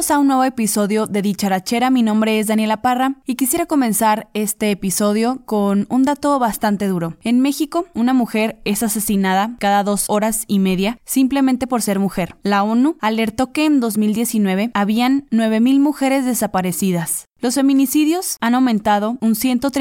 Bienvenidos a un nuevo episodio de Dicharachera. Mi nombre es Daniela Parra y quisiera comenzar este episodio con un dato bastante duro. En México, una mujer es asesinada cada 2 horas y media simplemente por ser mujer. La ONU alertó que en 2019 habían 9,000 mujeres desaparecidas. Los feminicidios han aumentado un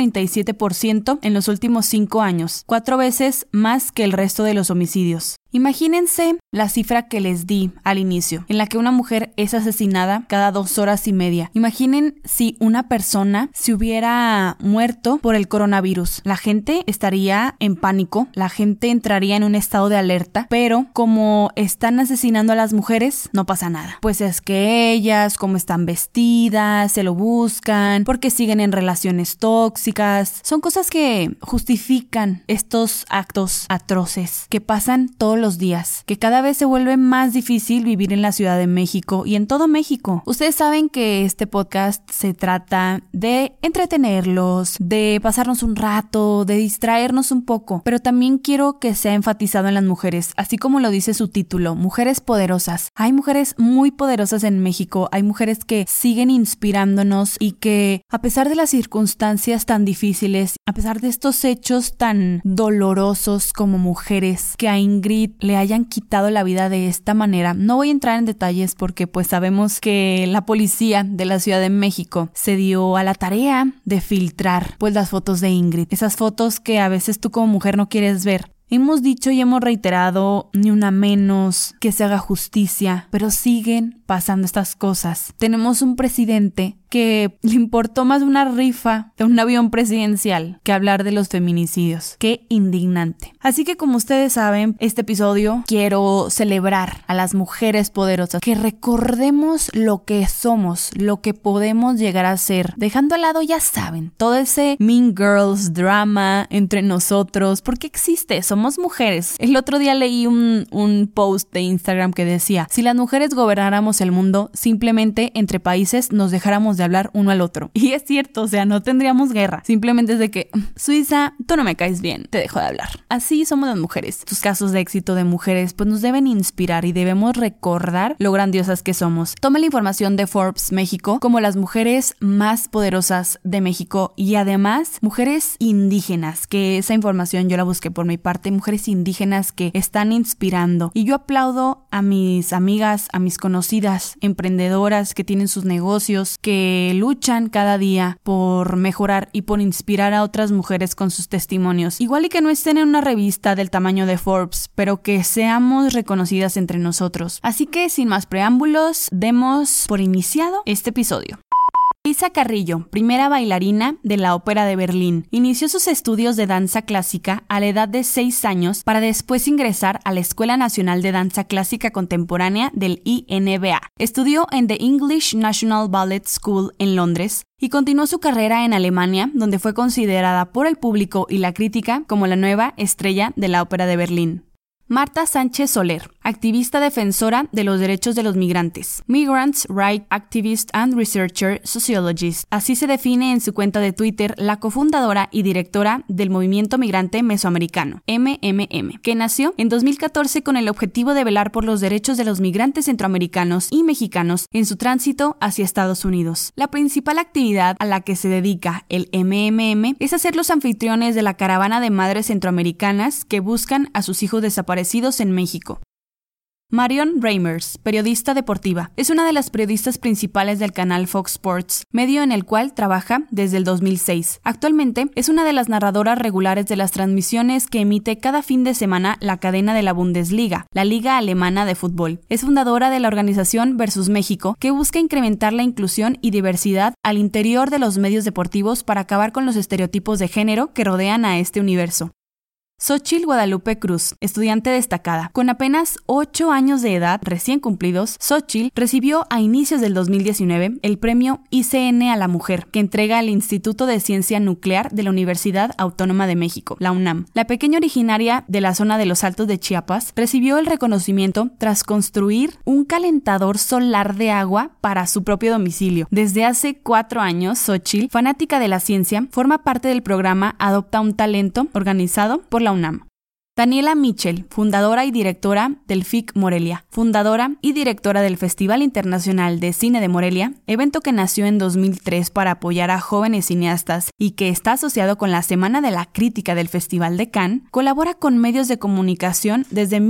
137% en los últimos 5 años, 4 veces más que el resto de los homicidios. Imagínense la cifra que les di al inicio, en la que una mujer es asesinada cada 2 horas y media. Imaginen si una persona se hubiera muerto por el coronavirus. La gente estaría en pánico, la gente entraría en un estado de alerta, pero como están asesinando a las mujeres, no pasa nada. Pues es que ellas, como están vestidas, se lo buscan, porque siguen en relaciones tóxicas. Son cosas que justifican estos actos atroces que pasan todos los días, que cada vez se vuelve más difícil vivir en la Ciudad de México y en todo México. Ustedes saben que este podcast se trata de entretenerlos, de pasarnos un rato, de distraernos un poco, pero también quiero que sea enfatizado en las mujeres, así como lo dice su título, mujeres poderosas. Hay mujeres muy poderosas en México, hay mujeres que siguen inspirándonos y que, a pesar de las circunstancias tan difíciles, a pesar de estos hechos tan dolorosos como mujeres, que a Ingrid le hayan quitado la vida de esta manera. No voy a entrar en detalles porque pues sabemos que la policía de la Ciudad de México se dio a la tarea de filtrar pues las fotos de Ingrid. Esas fotos que a veces tú como mujer no quieres ver. Hemos dicho y hemos reiterado, ni una menos, que se haga justicia, pero siguen pasando estas cosas. Tenemos un presidente que le importó más una rifa de un avión presidencial que hablar de los feminicidios. ¡Qué indignante! Así que como ustedes saben, este episodio quiero celebrar a las mujeres poderosas, que recordemos lo que somos, lo que podemos llegar a ser, dejando al lado, ya saben, todo ese Mean Girls drama entre nosotros, porque existe, somos mujeres. El otro día leí un post de Instagram que decía, si las mujeres gobernáramos el mundo, simplemente entre países nos dejáramos de hablar uno al otro. Y es cierto, o sea, no tendríamos guerra. Simplemente es de que, Suiza, tú no me caes bien, te dejo de hablar. Así somos las mujeres. Tus casos de éxito de mujeres pues nos deben inspirar y debemos recordar lo grandiosas que somos. Toma la información de Forbes México como las mujeres más poderosas de México y además mujeres indígenas, que esa información yo la busqué por mi parte, mujeres indígenas que están inspirando. Y yo aplaudo a mis amigas, a mis conocidas emprendedoras que tienen sus negocios, que luchan cada día por mejorar y por inspirar a otras mujeres con sus testimonios. Igual y que no estén en una revista del tamaño de Forbes, pero que seamos reconocidas entre nosotros. Así que sin más preámbulos, demos por iniciado este episodio. Elisa Carrillo, primera bailarina de la Ópera de Berlín, inició sus estudios de danza clásica a la edad de 6 años para después ingresar a la Escuela Nacional de Danza Clásica Contemporánea del INBA. Estudió en The English National Ballet School en Londres y continuó su carrera en Alemania, donde fue considerada por el público y la crítica como la nueva estrella de la Ópera de Berlín. Marta Sánchez Soler, activista defensora de los derechos de los migrantes. Migrants' Rights Activist and Researcher Sociologist. Así se define en su cuenta de Twitter la cofundadora y directora del Movimiento Migrante Mesoamericano, MMM, que nació en 2014 con el objetivo de velar por los derechos de los migrantes centroamericanos y mexicanos en su tránsito hacia Estados Unidos. La principal actividad a la que se dedica el MMM es ser los anfitriones de la caravana de madres centroamericanas que buscan a sus hijos desaparecidos en México. Marion Reimers, periodista deportiva, es una de las periodistas principales del canal Fox Sports, medio en el cual trabaja desde el 2006. Actualmente es una de las narradoras regulares de las transmisiones que emite cada fin de semana la cadena de la Bundesliga, la liga alemana de fútbol. Es fundadora de la organización Versus México, que busca incrementar la inclusión y diversidad al interior de los medios deportivos para acabar con los estereotipos de género que rodean a este universo. Xóchitl Guadalupe Cruz, estudiante destacada. Con apenas 8 años de edad recién cumplidos, Xóchitl recibió a inicios del 2019 el premio ICN a la Mujer, que entrega el Instituto de Ciencia Nuclear de la Universidad Autónoma de México, la UNAM. La pequeña originaria de la zona de los Altos de Chiapas recibió el reconocimiento tras construir un calentador solar de agua para su propio domicilio. Desde hace 4 años, Xóchitl, fanática de la ciencia, forma parte del programa Adopta un Talento, organizado por la UNAM. Daniela Mitchell, fundadora y directora del FIC Morelia, fundadora y directora del Festival Internacional de Cine de Morelia, evento que nació en 2003 para apoyar a jóvenes cineastas y que está asociado con la Semana de la Crítica del Festival de Cannes, colabora con medios de comunicación desde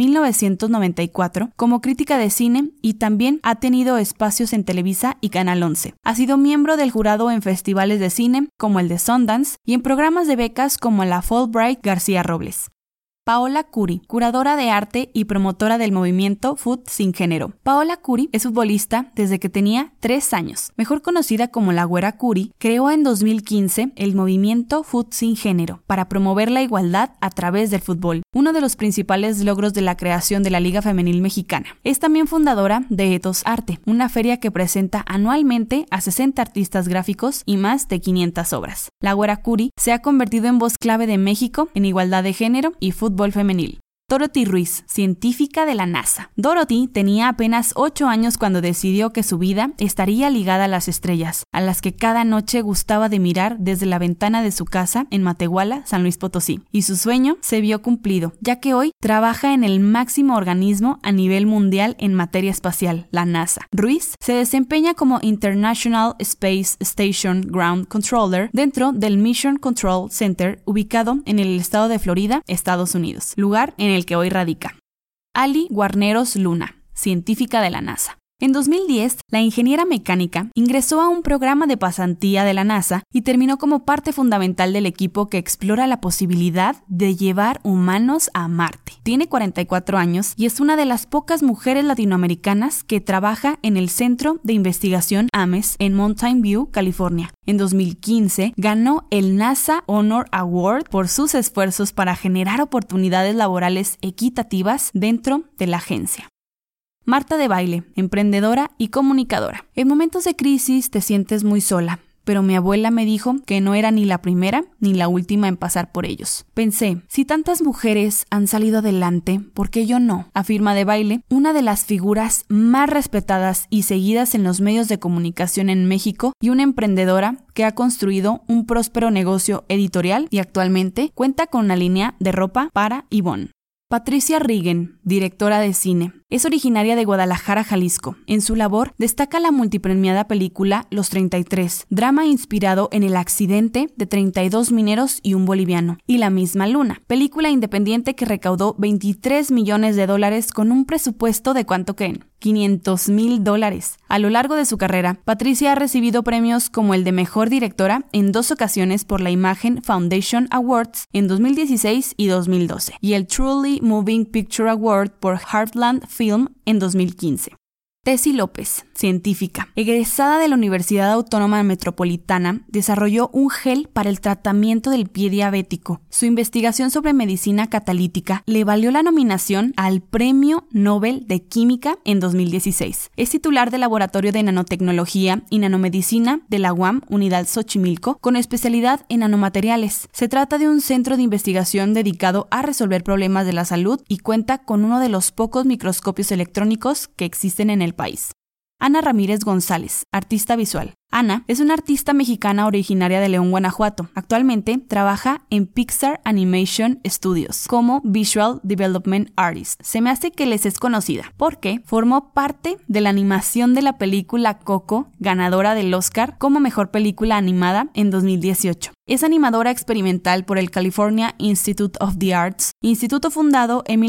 1994 como crítica de cine y también ha tenido espacios en Televisa y Canal 11. Ha sido miembro del jurado en festivales de cine como el de Sundance y en programas de becas como la Fulbright García Robles. Paola Curi, curadora de arte y promotora del movimiento Food Sin Género. Paola Curi es futbolista desde que tenía 3 años. Mejor conocida como la Güera Curi, creó en 2015 el movimiento Food Sin Género para promover la igualdad a través del fútbol, uno de los principales logros de la creación de la Liga Femenil Mexicana. Es también fundadora de Ethos Arte, una feria que presenta anualmente a 60 artistas gráficos y más de 500 obras. La Güera Curi se ha convertido en voz clave de México en igualdad de género y fútbol femenil. Dorothy Ruiz, científica de la NASA. Dorothy tenía apenas 8 años cuando decidió que su vida estaría ligada a las estrellas, a las que cada noche gustaba de mirar desde la ventana de su casa en Matehuala, San Luis Potosí. Y su sueño se vio cumplido, ya que hoy trabaja en el máximo organismo a nivel mundial en materia espacial, la NASA. Ruiz se desempeña como International Space Station Ground Controller dentro del Mission Control Center ubicado en el estado de Florida, Estados Unidos, lugar en el que hoy radica. Ali Guarneros Luna, científica de la NASA. En 2010, la ingeniera mecánica ingresó a un programa de pasantía de la NASA y terminó como parte fundamental del equipo que explora la posibilidad de llevar humanos a Marte. Tiene 44 años y es una de las pocas mujeres latinoamericanas que trabaja en el Centro de Investigación Ames en Mountain View, California. En 2015, ganó el NASA Honor Award por sus esfuerzos para generar oportunidades laborales equitativas dentro de la agencia. Marta de Baile, emprendedora y comunicadora. En momentos de crisis te sientes muy sola, pero mi abuela me dijo que no era ni la primera ni la última en pasar por ellos. Pensé, si tantas mujeres han salido adelante, ¿por qué yo no? Afirma de Baile, una de las figuras más respetadas y seguidas en los medios de comunicación en México y una emprendedora que ha construido un próspero negocio editorial y actualmente cuenta con una línea de ropa para Yvonne. Patricia Rigen, directora de cine. Es originaria de Guadalajara, Jalisco. En su labor destaca la multipremiada película Los 33, drama inspirado en el accidente de 32 mineros y un boliviano, y La misma luna, película independiente que recaudó $23 millones con un presupuesto de ¿cuánto creen? $500,000. A lo largo de su carrera, Patricia ha recibido premios como el de Mejor Directora en 2 ocasiones por la Imagen Foundation Awards en 2016 y 2012, y el Truly Moving Picture Award por Heartland Film en 2015. Tessy López, científica. Egresada de la Universidad Autónoma Metropolitana, desarrolló un gel para el tratamiento del pie diabético. Su investigación sobre medicina catalítica le valió la nominación al Premio Nobel de Química en 2016. Es titular del Laboratorio de Nanotecnología y Nanomedicina de la UAM Unidad Xochimilco, con especialidad en nanomateriales. Se trata de un centro de investigación dedicado a resolver problemas de la salud y cuenta con uno de los pocos microscopios electrónicos que existen en el país. Ana Ramírez González, artista visual. Ana es una artista mexicana originaria de León, Guanajuato. Actualmente trabaja en Pixar Animation Studios como Visual Development Artist. Se me hace que les es conocida porque formó parte de la animación de la película Coco, ganadora del Oscar como Mejor Película Animada en 2018. Es animadora experimental por el California Institute of the Arts, instituto fundado en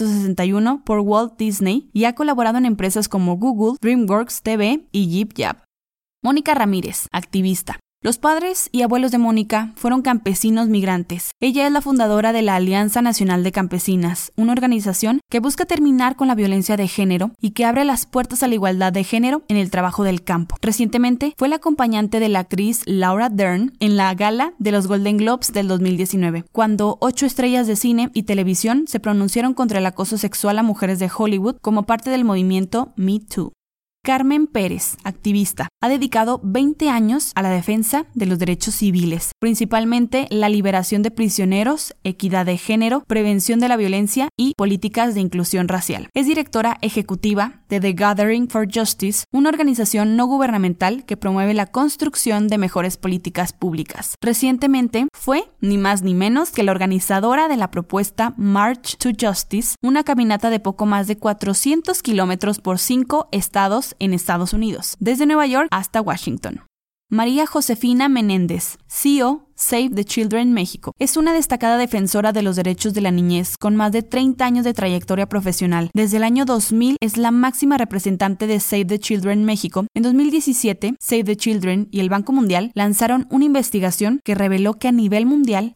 1961 por Walt Disney, y ha colaborado en empresas como Google, DreamWorks TV y Yip Yap. Mónica Ramírez, activista. Los padres y abuelos de Mónica fueron campesinos migrantes. Ella es la fundadora de la Alianza Nacional de Campesinas, una organización que busca terminar con la violencia de género y que abre las puertas a la igualdad de género en el trabajo del campo. Recientemente fue la acompañante de la actriz Laura Dern en la gala de los Golden Globes del 2019, cuando 8 estrellas de cine y televisión se pronunciaron contra el acoso sexual a mujeres de Hollywood como parte del movimiento Me Too. Carmen Pérez, activista, ha dedicado 20 años a la defensa de los derechos civiles, principalmente la liberación de prisioneros, equidad de género, prevención de la violencia y políticas de inclusión racial. Es directora ejecutiva de The Gathering for Justice, una organización no gubernamental que promueve la construcción de mejores políticas públicas. Recientemente fue, ni más ni menos, que la organizadora de la propuesta March to Justice, una caminata de poco más de 400 kilómetros por 5 estados en Estados Unidos, desde Nueva York hasta Washington. María Josefina Menéndez, CEO Save the Children México, es una destacada defensora de los derechos de la niñez con más de 30 años de trayectoria profesional. Desde el año 2000 es la máxima representante de Save the Children México. En 2017, Save the Children y el Banco Mundial lanzaron una investigación que reveló que a nivel mundial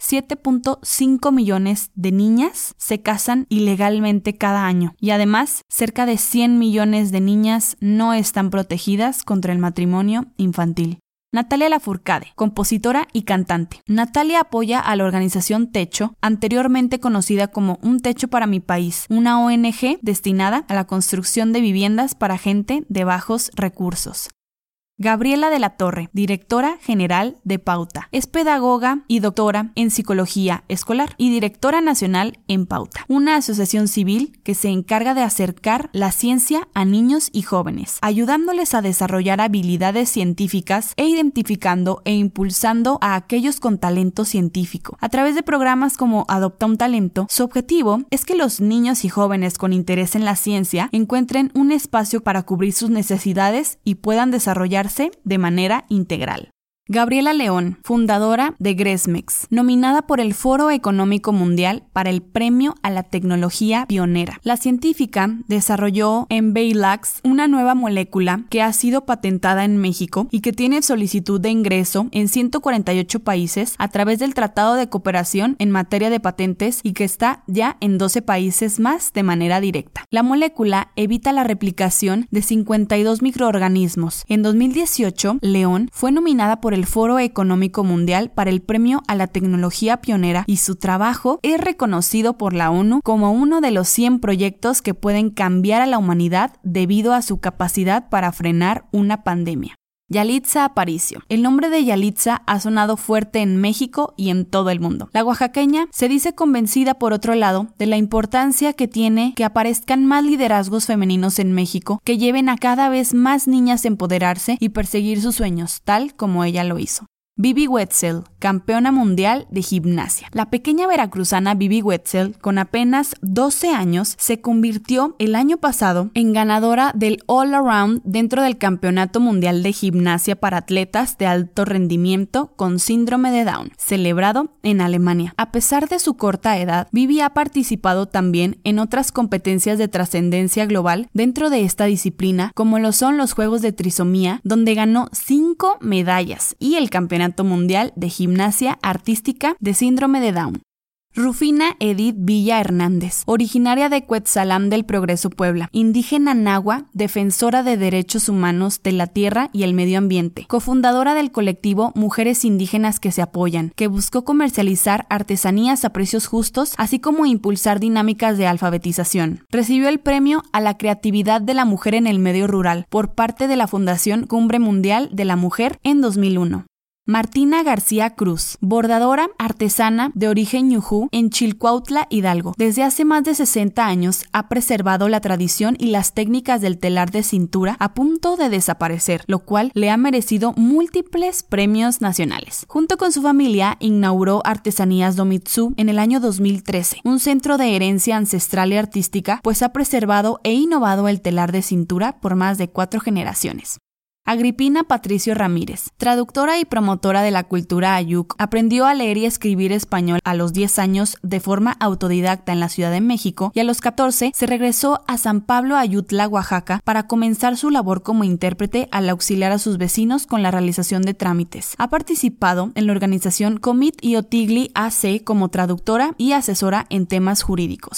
7.5 millones de niñas se casan ilegalmente cada año y además cerca de 100 millones de niñas no están protegidas contra el matrimonio infantil. Natalia Lafourcade, compositora y cantante. Natalia apoya a la organización Techo, anteriormente conocida como Un Techo para mi País, una ONG destinada a la construcción de viviendas para gente de bajos recursos. Gabriela de la Torre, directora general de Pauta. Es pedagoga y doctora en psicología escolar y directora nacional en Pauta, una asociación civil que se encarga de acercar la ciencia a niños y jóvenes, ayudándoles a desarrollar habilidades científicas e identificando e impulsando a aquellos con talento científico. A través de programas como Adopta un Talento, su objetivo es que los niños y jóvenes con interés en la ciencia encuentren un espacio para cubrir sus necesidades y puedan desarrollar de manera integral. Gabriela León, fundadora de GRESMEX, nominada por el Foro Económico Mundial para el Premio a la Tecnología Pionera. La científica desarrolló en Baylax una nueva molécula que ha sido patentada en México y que tiene solicitud de ingreso en 148 países a través del Tratado de Cooperación en materia de patentes y que está ya en 12 países más de manera directa. La molécula evita la replicación de 52 microorganismos. En 2018, León fue nominada por el Foro Económico Mundial para el Premio a la Tecnología Pionera y su trabajo es reconocido por la ONU como uno de los 100 proyectos que pueden cambiar a la humanidad debido a su capacidad para frenar una pandemia. Yalitza Aparicio. El nombre de Yalitza ha sonado fuerte en México y en todo el mundo. La oaxaqueña se dice convencida, por otro lado, de la importancia que tiene que aparezcan más liderazgos femeninos en México que lleven a cada vez más niñas a empoderarse y perseguir sus sueños, tal como ella lo hizo. Vivi Wetzel, campeona mundial de gimnasia. La pequeña veracruzana Vivi Wetzel, con apenas 12 años, se convirtió el año pasado en ganadora del All Around dentro del Campeonato Mundial de Gimnasia para atletas de alto rendimiento con síndrome de Down, celebrado en Alemania. A pesar de su corta edad, Vivi ha participado también en otras competencias de trascendencia global dentro de esta disciplina, como lo son los Juegos de Trisomía, donde ganó 5 medallas, y el Campeonato Mundial de Gimnasia Artística de Síndrome de Down. Rufina Edith Villa Hernández, originaria de Cuetzalan del Progreso, Puebla, indígena nahua, defensora de derechos humanos de la tierra y el medio ambiente, cofundadora del colectivo Mujeres Indígenas que se Apoyan, que buscó comercializar artesanías a precios justos, así como impulsar dinámicas de alfabetización. Recibió el premio a la creatividad de la mujer en el medio rural por parte de la Fundación Cumbre Mundial de la Mujer en 2001. Martina García Cruz, bordadora artesana de origen ñujú en Chilcuautla, Hidalgo. Desde hace más de 60 años ha preservado la tradición y las técnicas del telar de cintura a punto de desaparecer, lo cual le ha merecido múltiples premios nacionales. Junto con su familia, inauguró Artesanías Domitsu en el año 2013, un centro de herencia ancestral y artística, pues ha preservado e innovado el telar de cintura por más de 4 generaciones. Agripina Patricio Ramírez, traductora y promotora de la cultura ayuk, aprendió a leer y escribir español a los 10 años de forma autodidacta en la Ciudad de México y a los 14 se regresó a San Pablo Ayutla, Oaxaca, para comenzar su labor como intérprete al auxiliar a sus vecinos con la realización de trámites. Ha participado en la organización Comit y Otigli AC como traductora y asesora en temas jurídicos.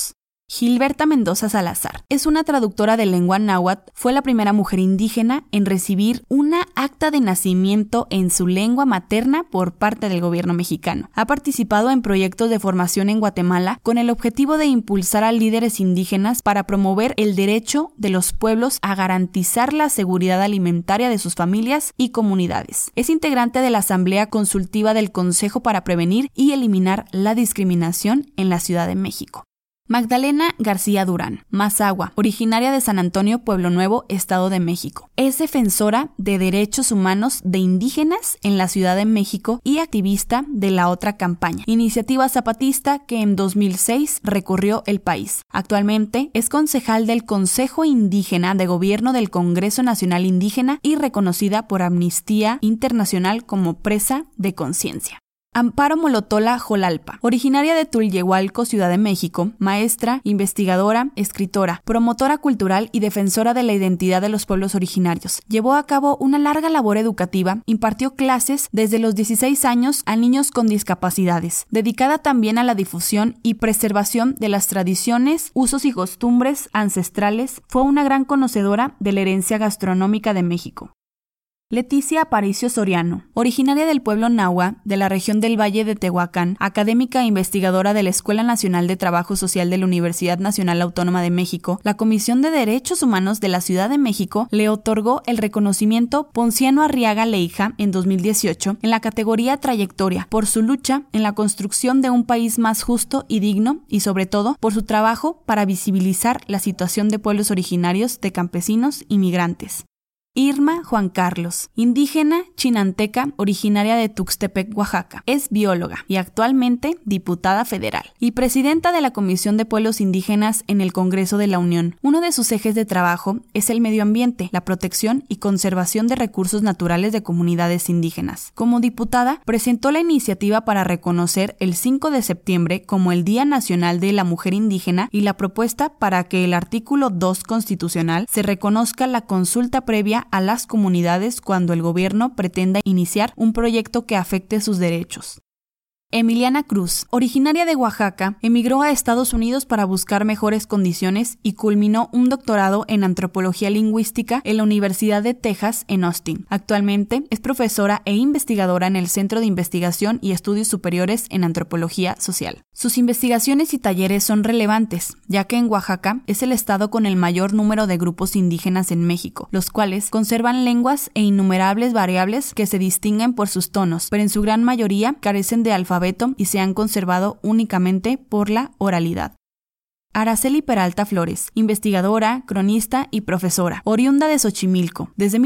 Gilberta Mendoza Salazar es una traductora de lengua náhuatl, fue la primera mujer indígena en recibir una acta de nacimiento en su lengua materna por parte del gobierno mexicano. Ha participado en proyectos de formación en Guatemala con el objetivo de impulsar a líderes indígenas para promover el derecho de los pueblos a garantizar la seguridad alimentaria de sus familias y comunidades. Es integrante de la Asamblea Consultiva del Consejo para Prevenir y Eliminar la Discriminación en la Ciudad de México. Magdalena García Durán, Mazahua, originaria de San Antonio, Pueblo Nuevo, Estado de México. Es defensora de derechos humanos de indígenas en la Ciudad de México y activista de La Otra Campaña, iniciativa zapatista que en 2006 recorrió el país. Actualmente es concejal del Consejo Indígena de Gobierno del Congreso Nacional Indígena y reconocida por Amnistía Internacional como presa de conciencia. Amparo Molotola Jolalpa, originaria de Tulyehualco, Ciudad de México, maestra, investigadora, escritora, promotora cultural y defensora de la identidad de los pueblos originarios. Llevó a cabo una larga labor educativa, impartió clases desde los 16 años a niños con discapacidades, dedicada también a la difusión y preservación de las tradiciones, usos y costumbres ancestrales. Fue una gran conocedora de la herencia gastronómica de México. Leticia Aparicio Soriano, originaria del pueblo nahua de la región del Valle de Tehuacán, académica e investigadora de la Escuela Nacional de Trabajo Social de la Universidad Nacional Autónoma de México, la Comisión de Derechos Humanos de la Ciudad de México le otorgó el reconocimiento Ponciano Arriaga Leija en 2018 en la categoría Trayectoria por su lucha en la construcción de un país más justo y digno y sobre todo por su trabajo para visibilizar la situación de pueblos originarios, de campesinos y migrantes. Irma Juan Carlos, indígena chinanteca, originaria de Tuxtepec, Oaxaca. Es bióloga y actualmente diputada federal y presidenta de la Comisión de Pueblos Indígenas en el Congreso de la Unión. Uno de sus ejes de trabajo es el medio ambiente, la protección y conservación de recursos naturales de comunidades indígenas. Como diputada, presentó la iniciativa para reconocer el 5 de septiembre como el Día Nacional de la Mujer Indígena y la propuesta para que el artículo 2 constitucional se reconozca la consulta previa a las comunidades cuando el gobierno pretenda iniciar un proyecto que afecte sus derechos. Emiliana Cruz, originaria de Oaxaca, emigró a Estados Unidos para buscar mejores condiciones y culminó un doctorado en antropología lingüística en la Universidad de Texas en Austin. Actualmente es profesora e investigadora en el Centro de Investigación y Estudios Superiores en Antropología Social. Sus investigaciones y talleres son relevantes, ya que en Oaxaca es el estado con el mayor número de grupos indígenas en México, los cuales conservan lenguas e innumerables variables que se distinguen por sus tonos, pero en su gran mayoría carecen de alfabeto y se han conservado únicamente por la oralidad. Araceli Peralta Flores, investigadora, cronista y profesora, oriunda de Xochimilco. Desde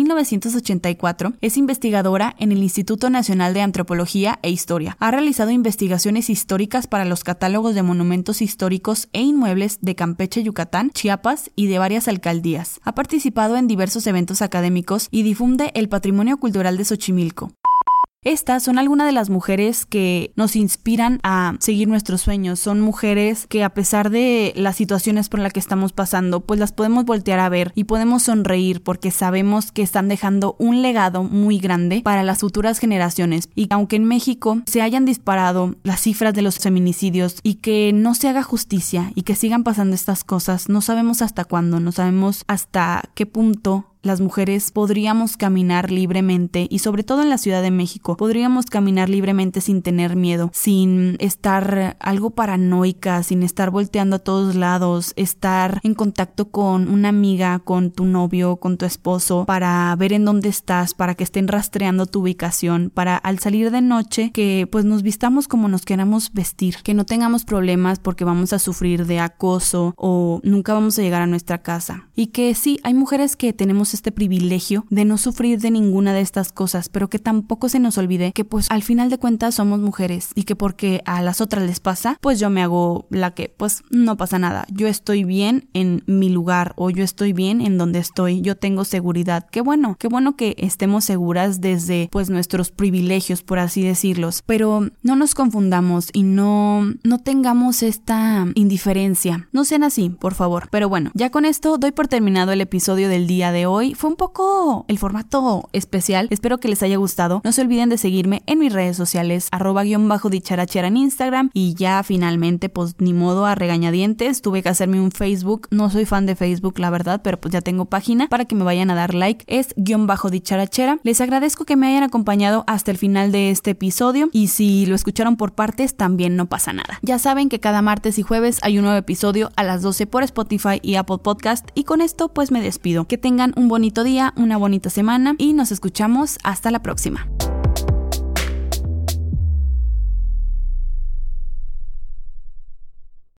1984 es investigadora en el Instituto Nacional de Antropología e Historia. Ha realizado investigaciones históricas para los catálogos de monumentos históricos e inmuebles de Campeche, Yucatán, Chiapas y de varias alcaldías. Ha participado en diversos eventos académicos y difunde el patrimonio cultural de Xochimilco. Estas son algunas de las mujeres que nos inspiran a seguir nuestros sueños. Son mujeres que a pesar de las situaciones por las que estamos pasando, pues las podemos voltear a ver y podemos sonreír porque sabemos que están dejando un legado muy grande para las futuras generaciones. Y aunque en México se hayan disparado las cifras de los feminicidios y que no se haga justicia y que sigan pasando estas cosas, no sabemos hasta cuándo, no sabemos hasta qué punto las mujeres podríamos caminar libremente y sobre todo en la Ciudad de México podríamos caminar libremente sin tener miedo, sin estar algo paranoica, sin estar volteando a todos lados, estar en contacto con una amiga, con tu novio, con tu esposo para ver en dónde estás, para que estén rastreando tu ubicación, para al salir de noche que pues nos vistamos como nos queramos vestir, que no tengamos problemas porque vamos a sufrir de acoso o nunca vamos a llegar a nuestra casa. Y que sí, hay mujeres que tenemos este privilegio de no sufrir de ninguna de estas cosas, pero que tampoco se nos olvide que pues al final de cuentas somos mujeres y que porque a las otras les pasa, pues yo me hago la que pues no pasa nada, yo estoy bien en mi lugar o yo estoy bien en donde estoy, yo tengo seguridad. Qué bueno que estemos seguras desde pues nuestros privilegios, por así decirlos, pero no nos confundamos y no tengamos esta indiferencia, no sean así, por favor. Pero bueno, ya con esto doy por terminado el episodio del día de hoy. hoy fue un poco el formato especial. Espero que les haya gustado. No se olviden de seguirme en mis redes sociales, @_dicharachera en Instagram. Y ya finalmente, pues ni modo, a regañadientes, tuve que hacerme un Facebook. No soy fan de Facebook, la verdad, pero pues ya tengo página para que me vayan a dar like. Es _dicharachera. Les agradezco que me hayan acompañado hasta el final de este episodio. Y si lo escucharon por partes, también no pasa nada. Ya saben que cada martes y jueves hay un nuevo episodio a las 12 por Spotify y Apple Podcast. Y con esto pues me despido. Que tengan un bonito día, una bonita semana y nos escuchamos hasta la próxima.